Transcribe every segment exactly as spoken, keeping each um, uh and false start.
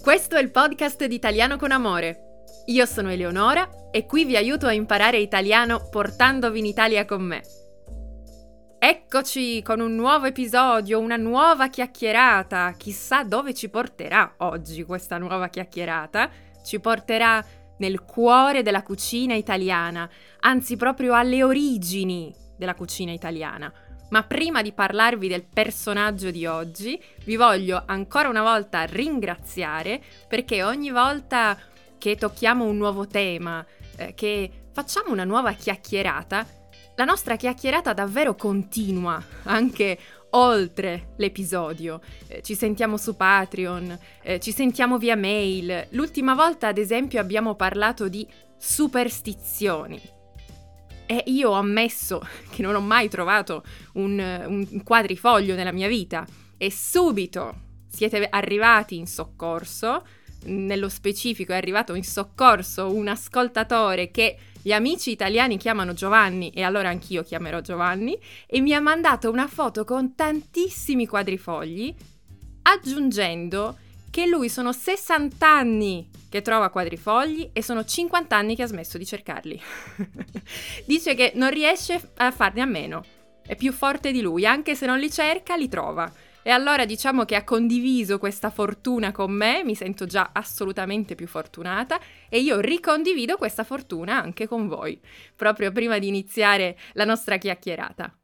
Questo è il podcast di Italiano con Amore. Io sono Eleonora e qui vi aiuto a imparare italiano portandovi in Italia con me. Eccoci con un nuovo episodio, una nuova chiacchierata. Chissà dove ci porterà oggi questa nuova chiacchierata. Ci porterà nel cuore della cucina italiana, anzi proprio alle origini della cucina italiana. Ma prima di parlarvi del personaggio di oggi, vi voglio ancora una volta ringraziare perché ogni volta che tocchiamo un nuovo tema, eh, che facciamo una nuova chiacchierata, la nostra chiacchierata davvero continua anche oltre l'episodio. Eh, ci sentiamo su Patreon, eh, ci sentiamo via mail. L'ultima volta, ad esempio, abbiamo parlato di superstizioni. E io ho ammesso che non ho mai trovato un, un quadrifoglio nella mia vita e subito siete arrivati in soccorso. Nello specifico è arrivato in soccorso un ascoltatore che gli amici italiani chiamano Giovanni e allora anch'io chiamerò Giovanni e mi ha mandato una foto con tantissimi quadrifogli aggiungendo che lui sono sessanta anni che trova quadrifogli e sono cinquanta anni che ha smesso di cercarli. Dice che non riesce a farne a meno, è più forte di lui, anche se non li cerca li trova. E allora diciamo che ha condiviso questa fortuna con me, mi sento già assolutamente più fortunata e io ricondivido questa fortuna anche con voi, proprio prima di iniziare la nostra chiacchierata.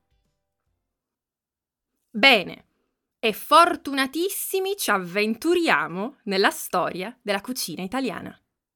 Bene. E fortunatissimi ci avventuriamo nella storia della cucina italiana.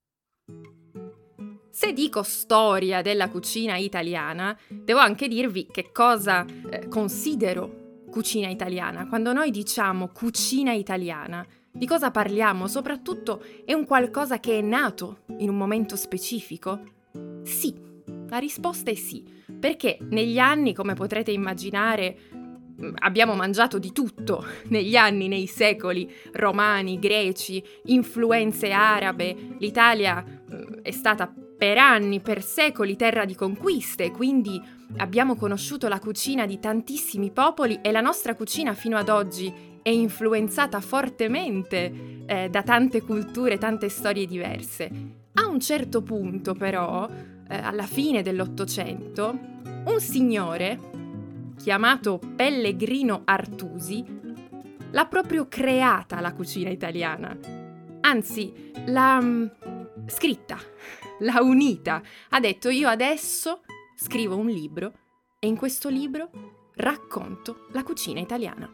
Se dico storia della cucina italiana, devo anche dirvi che cosa eh, considero cucina italiana. Quando noi diciamo cucina italiana, di cosa parliamo? Soprattutto è un qualcosa che è nato in un momento specifico? Sì, la risposta è sì, perché negli anni, come potrete immaginare, abbiamo mangiato di tutto negli anni, nei secoli, romani, greci, influenze arabe. L'Italia eh, è stata per anni, per secoli terra di conquiste, quindi abbiamo conosciuto la cucina di tantissimi popoli e la nostra cucina fino ad oggi è influenzata fortemente eh, da tante culture, tante storie diverse. A un certo punto però, eh, alla fine dell'Ottocento, un signore chiamato Pellegrino Artusi, l'ha proprio creata la cucina italiana. Anzi, l'ha um, scritta, l'ha unita. Ha detto: io adesso scrivo un libro e in questo libro racconto la cucina italiana.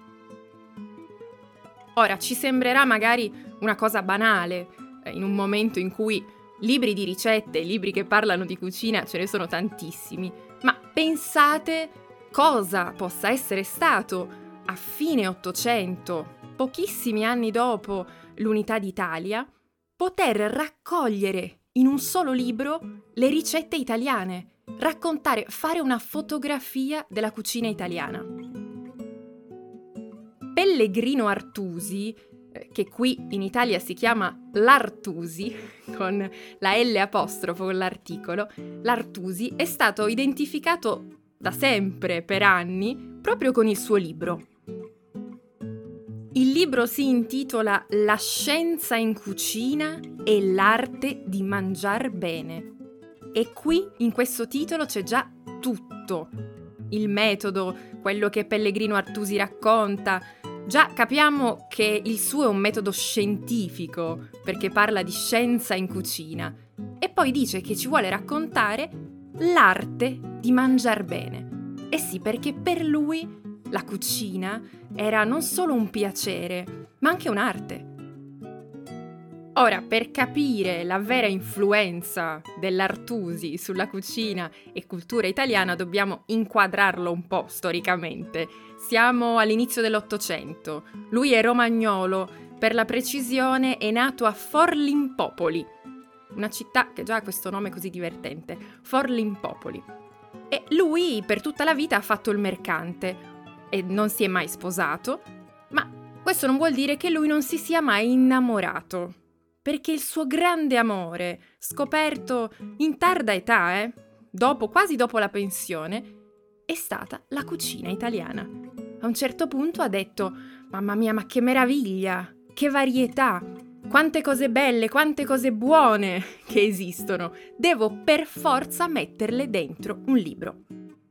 Ora, ci sembrerà magari una cosa banale, eh, in un momento in cui libri di ricette, libri che parlano di cucina, ce ne sono tantissimi, ma pensate cosa possa essere stato a fine Ottocento, pochissimi anni dopo l'unità d'Italia, poter raccogliere in un solo libro le ricette italiane, raccontare, fare una fotografia della cucina italiana. Pellegrino Artusi, che qui in Italia si chiama l'Artusi, con la L apostrofo con l'articolo, l'Artusi è stato identificato da sempre, per anni, proprio con il suo libro. Il libro si intitola La scienza in cucina e l'arte di mangiar bene. E qui, in questo titolo, c'è già tutto. Il metodo, quello che Pellegrino Artusi racconta. Già capiamo che il suo è un metodo scientifico, perché parla di scienza in cucina. E poi dice che ci vuole raccontare l'arte di mangiar bene. E sì, perché per lui la cucina era non solo un piacere, ma anche un'arte. Ora, per capire la vera influenza dell'Artusi sulla cucina e cultura italiana dobbiamo inquadrarlo un po' storicamente. Siamo all'inizio dell'Ottocento. Lui è romagnolo, per la precisione è nato a Forlimpopoli, una città che già ha questo nome così divertente, Forlimpopoli. E lui per tutta la vita ha fatto il mercante e non si è mai sposato, ma questo non vuol dire che lui non si sia mai innamorato, perché il suo grande amore, scoperto in tarda età, eh, dopo, quasi dopo la pensione, è stata la cucina italiana. A un certo punto ha detto: mamma mia, ma che meraviglia, che varietà! quante cose belle, quante cose buone che esistono. Devo per forza metterle dentro un libro.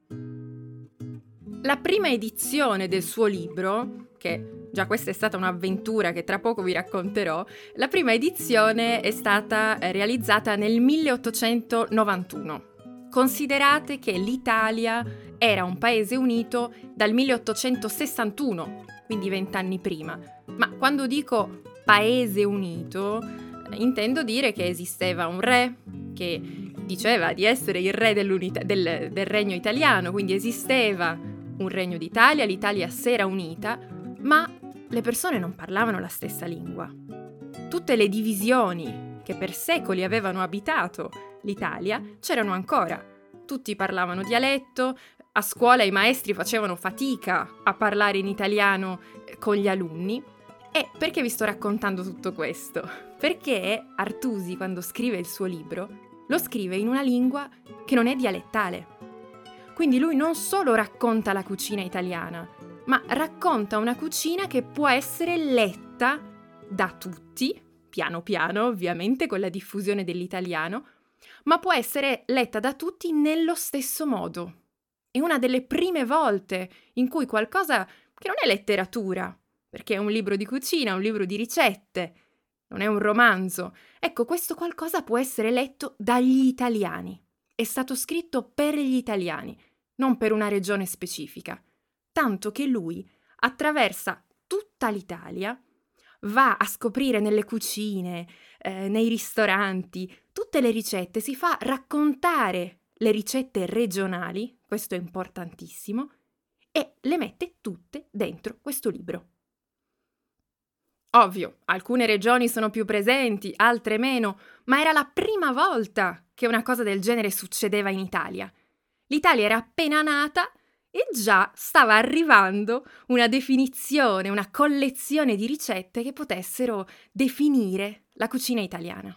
La prima edizione del suo libro, che già questa è stata un'avventura che tra poco vi racconterò, la prima edizione è stata realizzata nel milleottocentonovantuno. Considerate che l'Italia era un paese unito dal milleottocentosessantuno, quindi vent'anni prima. Ma quando dico paese unito, intendo dire che esisteva un re che diceva di essere il re del, del regno italiano, quindi esisteva un regno d'Italia, l'Italia si era unita, ma le persone non parlavano la stessa lingua. Tutte le divisioni che per secoli avevano abitato l'Italia c'erano ancora. Tutti parlavano dialetto, a scuola i maestri facevano fatica a parlare in italiano con gli alunni. E perché vi sto raccontando tutto questo? Perché Artusi, quando scrive il suo libro, lo scrive in una lingua che non è dialettale. Quindi lui non solo racconta la cucina italiana, ma racconta una cucina che può essere letta da tutti, piano piano ovviamente con la diffusione dell'italiano, ma può essere letta da tutti nello stesso modo. È una delle prime volte in cui qualcosa che non è letteratura, perché è un libro di cucina, un libro di ricette, non è un romanzo. Ecco, questo qualcosa può essere letto dagli italiani. È stato scritto per gli italiani, non per una regione specifica. Tanto che lui attraversa tutta l'Italia, va a scoprire nelle cucine, eh, nei ristoranti, tutte le ricette, si fa raccontare le ricette regionali, questo è importantissimo, e le mette tutte dentro questo libro. Ovvio, alcune regioni sono più presenti, altre meno, ma era la prima volta che una cosa del genere succedeva in Italia. L'Italia era appena nata e già stava arrivando una definizione, una collezione di ricette che potessero definire la cucina italiana.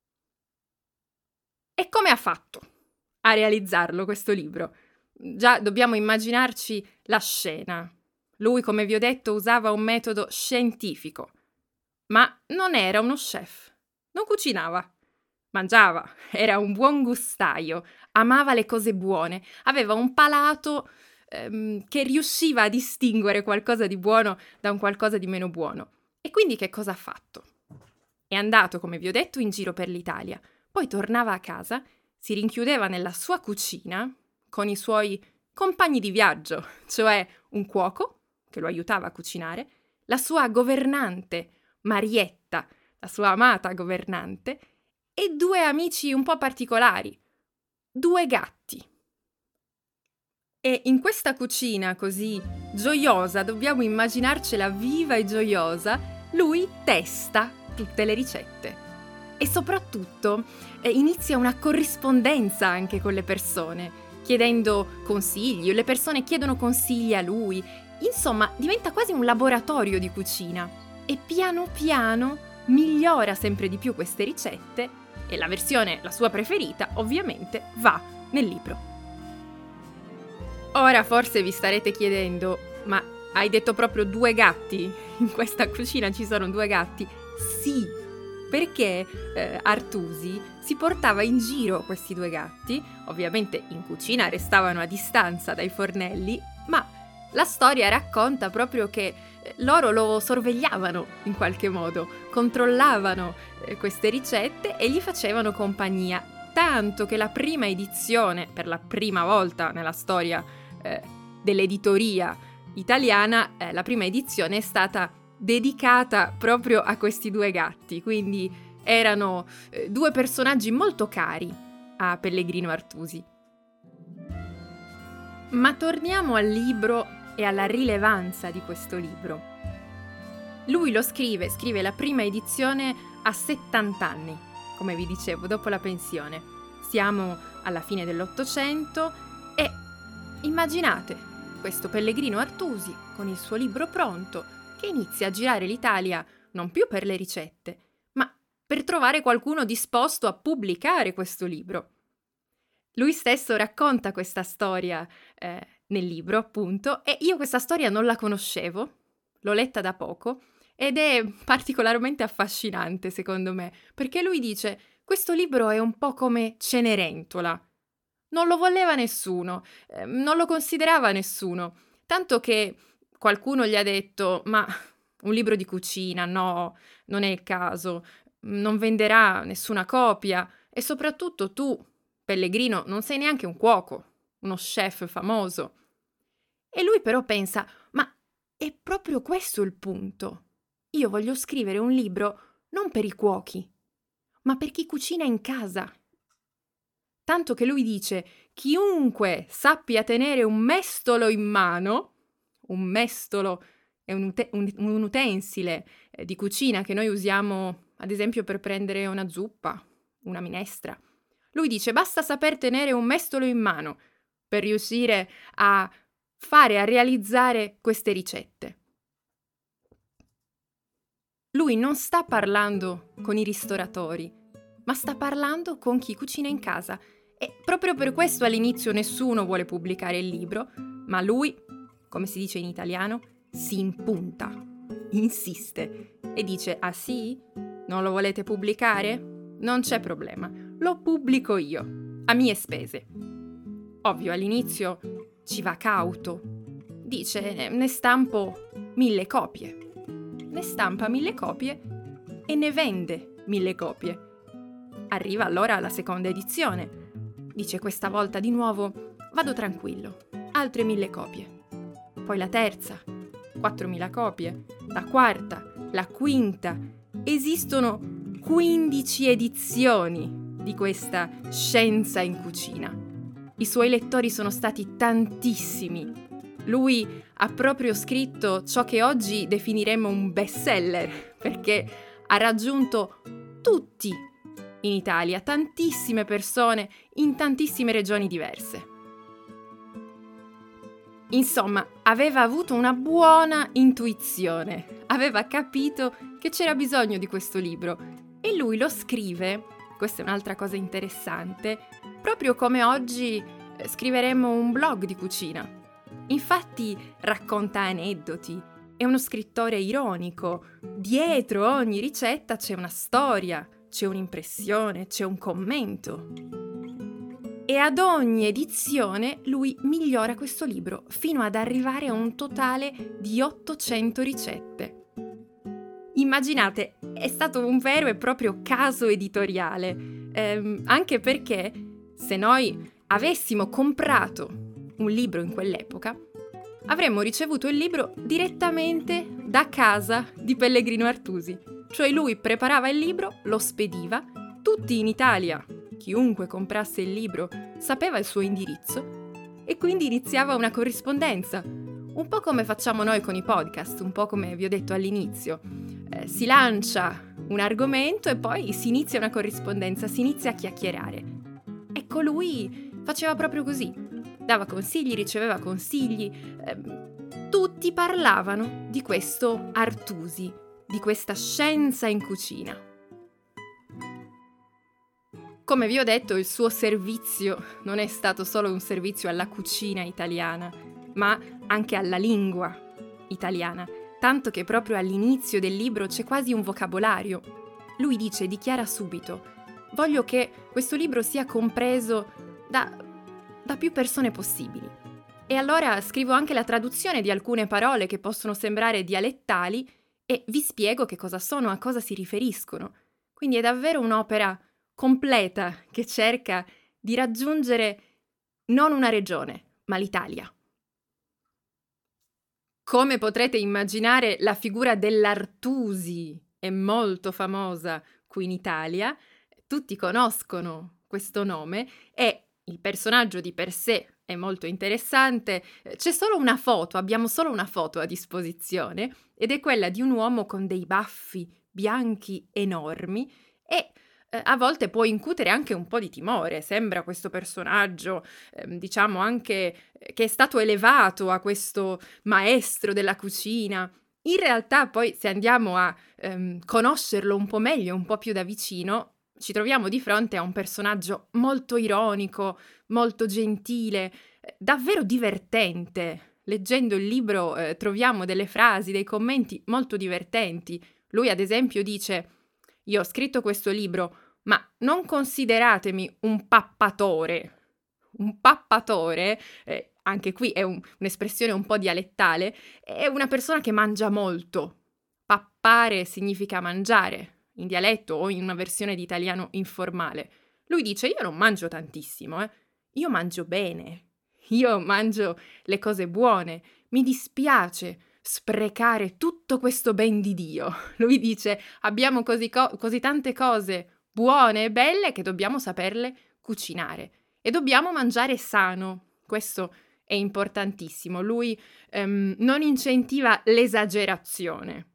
E come ha fatto a realizzarlo questo libro? Già dobbiamo immaginarci la scena. Lui, come vi ho detto, usava un metodo scientifico. Ma non era uno chef, non cucinava, mangiava, era un buon gustaio, amava le cose buone, aveva un palato ehm, che riusciva a distinguere qualcosa di buono da un qualcosa di meno buono. E quindi che cosa ha fatto? È andato, come vi ho detto, in giro per l'Italia, poi tornava a casa, si rinchiudeva nella sua cucina con i suoi compagni di viaggio, cioè un cuoco che lo aiutava a cucinare, la sua governante, Marietta, la sua amata governante, e due amici un po' particolari, due gatti. E in questa cucina così gioiosa, dobbiamo immaginarcela viva e gioiosa, lui testa tutte le ricette. E soprattutto eh, inizia una corrispondenza anche con le persone, chiedendo consigli, le persone chiedono consigli a lui. Insomma, diventa quasi un laboratorio di cucina. E piano piano migliora sempre di più queste ricette e la versione, la sua preferita, ovviamente, va nel libro. Ora forse vi starete chiedendo, ma hai detto proprio due gatti? In questa cucina ci sono due gatti? Sì, perché eh, Artusi si portava in giro questi due gatti, ovviamente in cucina restavano a distanza dai fornelli, ma la storia racconta proprio che loro lo sorvegliavano in qualche modo, controllavano eh, queste ricette e gli facevano compagnia, tanto che la prima edizione, per la prima volta nella storia eh, dell'editoria italiana, eh, la prima edizione è stata dedicata proprio a questi due gatti, quindi erano eh, due personaggi molto cari a Pellegrino Artusi. Ma torniamo al libro e alla rilevanza di questo libro. Lui lo scrive, scrive la prima edizione a settanta anni, come vi dicevo, dopo la pensione. Siamo alla fine dell'Ottocento e immaginate questo Pellegrino Artusi con il suo libro pronto che inizia a girare l'Italia non più per le ricette, ma per trovare qualcuno disposto a pubblicare questo libro. Lui stesso racconta questa storia eh, nel libro, appunto, e io questa storia non la conoscevo, l'ho letta da poco, ed è particolarmente affascinante secondo me, perché lui dice: questo libro è un po' come Cenerentola. Non lo voleva nessuno, eh, non lo considerava nessuno, tanto che qualcuno gli ha detto: ma un libro di cucina, no, non è il caso, non venderà nessuna copia e soprattutto tu, Pellegrino, non sei neanche un cuoco, uno chef famoso. E lui però pensa: ma è proprio questo il punto. Io voglio scrivere un libro non per i cuochi, ma per chi cucina in casa. Tanto che lui dice: chiunque sappia tenere un mestolo in mano, un mestolo è un, ute- un, un utensile eh, di cucina che noi usiamo ad esempio per prendere una zuppa, una minestra. Lui dice: basta saper tenere un mestolo in mano per riuscire a fare, a realizzare queste ricette. Lui non sta parlando con i ristoratori, ma sta parlando con chi cucina in casa. E proprio per questo all'inizio nessuno vuole pubblicare il libro, ma lui, come si dice in italiano, si impunta, insiste e dice: ah sì? Non lo volete pubblicare? Non c'è problema, lo pubblico io, a mie spese. Ovvio, all'inizio ci va cauto. Dice: ne stampo mille copie. Ne stampa mille copie e ne vende mille copie. Arriva allora alla seconda edizione. Dice: questa volta di nuovo vado tranquillo, altre mille copie. Poi la terza, quattromila copie. La quarta, la quinta. Esistono quindici edizioni di questa scienza in cucina. I suoi lettori sono stati tantissimi. Lui ha proprio scritto ciò che oggi definiremmo un bestseller, perché ha raggiunto tutti in Italia, tantissime persone in tantissime regioni diverse. Insomma, aveva avuto una buona intuizione, aveva capito che c'era bisogno di questo libro e lui lo scrive, questa è un'altra cosa interessante, proprio come oggi eh, scriveremmo un blog di cucina. Infatti racconta aneddoti, è uno scrittore ironico, dietro ogni ricetta c'è una storia, c'è un'impressione, c'è un commento. E ad ogni edizione lui migliora questo libro fino ad arrivare a un totale di ottocento ricette. Immaginate, è stato un vero e proprio caso editoriale, ehm, anche perché se noi avessimo comprato un libro in quell'epoca, avremmo ricevuto il libro direttamente da casa di Pellegrino Artusi. Cioè lui preparava il libro, lo spediva, tutti in Italia, chiunque comprasse il libro, sapeva il suo indirizzo e quindi iniziava una corrispondenza. Un po' come facciamo noi con i podcast, un po' come vi ho detto all'inizio. Eh, si lancia un argomento e poi si inizia una corrispondenza, si inizia a chiacchierare. Ecco, lui faceva proprio così. Dava consigli, riceveva consigli. Eh, tutti parlavano di questo Artusi, di questa scienza in cucina. Come vi ho detto, il suo servizio non è stato solo un servizio alla cucina italiana, ma anche alla lingua italiana, tanto che proprio all'inizio del libro c'è quasi un vocabolario. Lui dice, dichiara subito: voglio che questo libro sia compreso da, da più persone possibili. E allora scrivo anche la traduzione di alcune parole che possono sembrare dialettali e vi spiego che cosa sono, a cosa si riferiscono. Quindi è davvero un'opera completa che cerca di raggiungere non una regione, ma l'Italia. Come potrete immaginare, la figura dell'Artusi è molto famosa qui in Italia, tutti conoscono questo nome e il personaggio di per sé è molto interessante. C'è solo una foto, abbiamo solo una foto a disposizione ed è quella di un uomo con dei baffi bianchi enormi e eh, a volte può incutere anche un po' di timore. Sembra questo personaggio, eh, diciamo anche eh, che è stato elevato a questo maestro della cucina. In realtà poi se andiamo a ehm, conoscerlo un po' meglio, un po' più da vicino, ci troviamo di fronte a un personaggio molto ironico, molto gentile, eh, davvero divertente. leggendo il libro eh, troviamo delle frasi, dei commenti molto divertenti. Lui ad esempio dice: io ho scritto questo libro, ma non consideratemi un pappatore. Un pappatore, eh, anche qui è un, un'espressione un po' dialettale, è una persona che mangia molto. Pappare significa mangiare, in dialetto o in una versione di italiano informale. Lui dice: io non mangio tantissimo, eh. Io mangio bene, io mangio le cose buone, mi dispiace sprecare tutto questo ben di Dio. Lui dice: abbiamo così, co- così tante cose buone e belle che dobbiamo saperle cucinare e dobbiamo mangiare sano. Questo è importantissimo. Lui ehm, non incentiva l'esagerazione.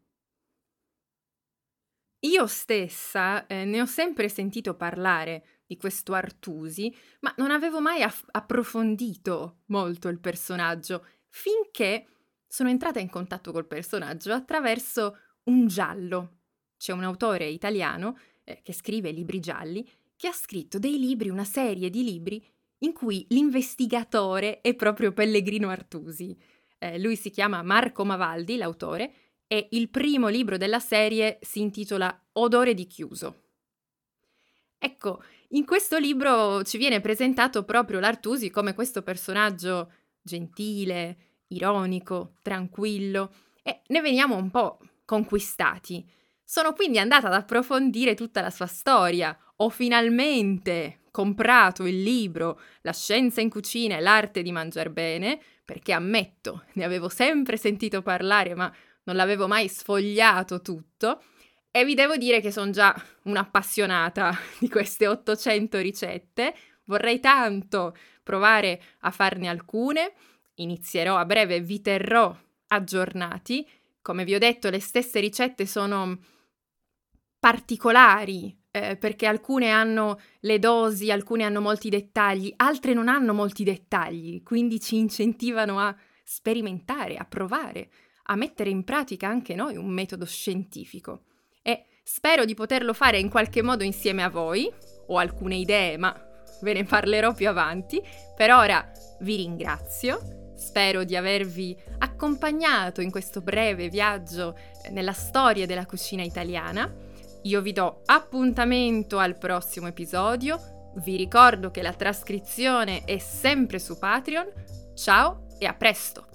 Io stessa eh, ne ho sempre sentito parlare di questo Artusi, ma non avevo mai aff- approfondito molto il personaggio, finché sono entrata in contatto col personaggio attraverso un giallo. C'è un autore italiano eh, che scrive libri gialli, che ha scritto dei libri, una serie di libri, in cui l'investigatore è proprio Pellegrino Artusi. Eh, lui si chiama Marco Mavaldi, l'autore, e il primo libro della serie si intitola Odore di chiuso. Ecco, in questo libro ci viene presentato proprio l'Artusi come questo personaggio gentile, ironico, tranquillo, e ne veniamo un po' conquistati. Sono quindi andata ad approfondire tutta la sua storia. Ho finalmente comprato il libro La scienza in cucina e l'arte di mangiar bene, perché ammetto, ne avevo sempre sentito parlare, ma non l'avevo mai sfogliato tutto, e vi devo dire che sono già un'appassionata di queste ottocento ricette. Vorrei tanto provare a farne alcune. Inizierò a breve, vi terrò aggiornati. Come vi ho detto, le stesse ricette sono particolari, eh, perché alcune hanno le dosi, alcune hanno molti dettagli, altre non hanno molti dettagli, quindi ci incentivano a sperimentare, a provare, a mettere in pratica anche noi un metodo scientifico. E spero di poterlo fare in qualche modo insieme a voi. Ho alcune idee, ma ve ne parlerò più avanti. Per ora vi ringrazio. Spero di avervi accompagnato in questo breve viaggio nella storia della cucina italiana. Io vi do appuntamento al prossimo episodio. Vi ricordo che la trascrizione è sempre su Patreon. Ciao e a presto!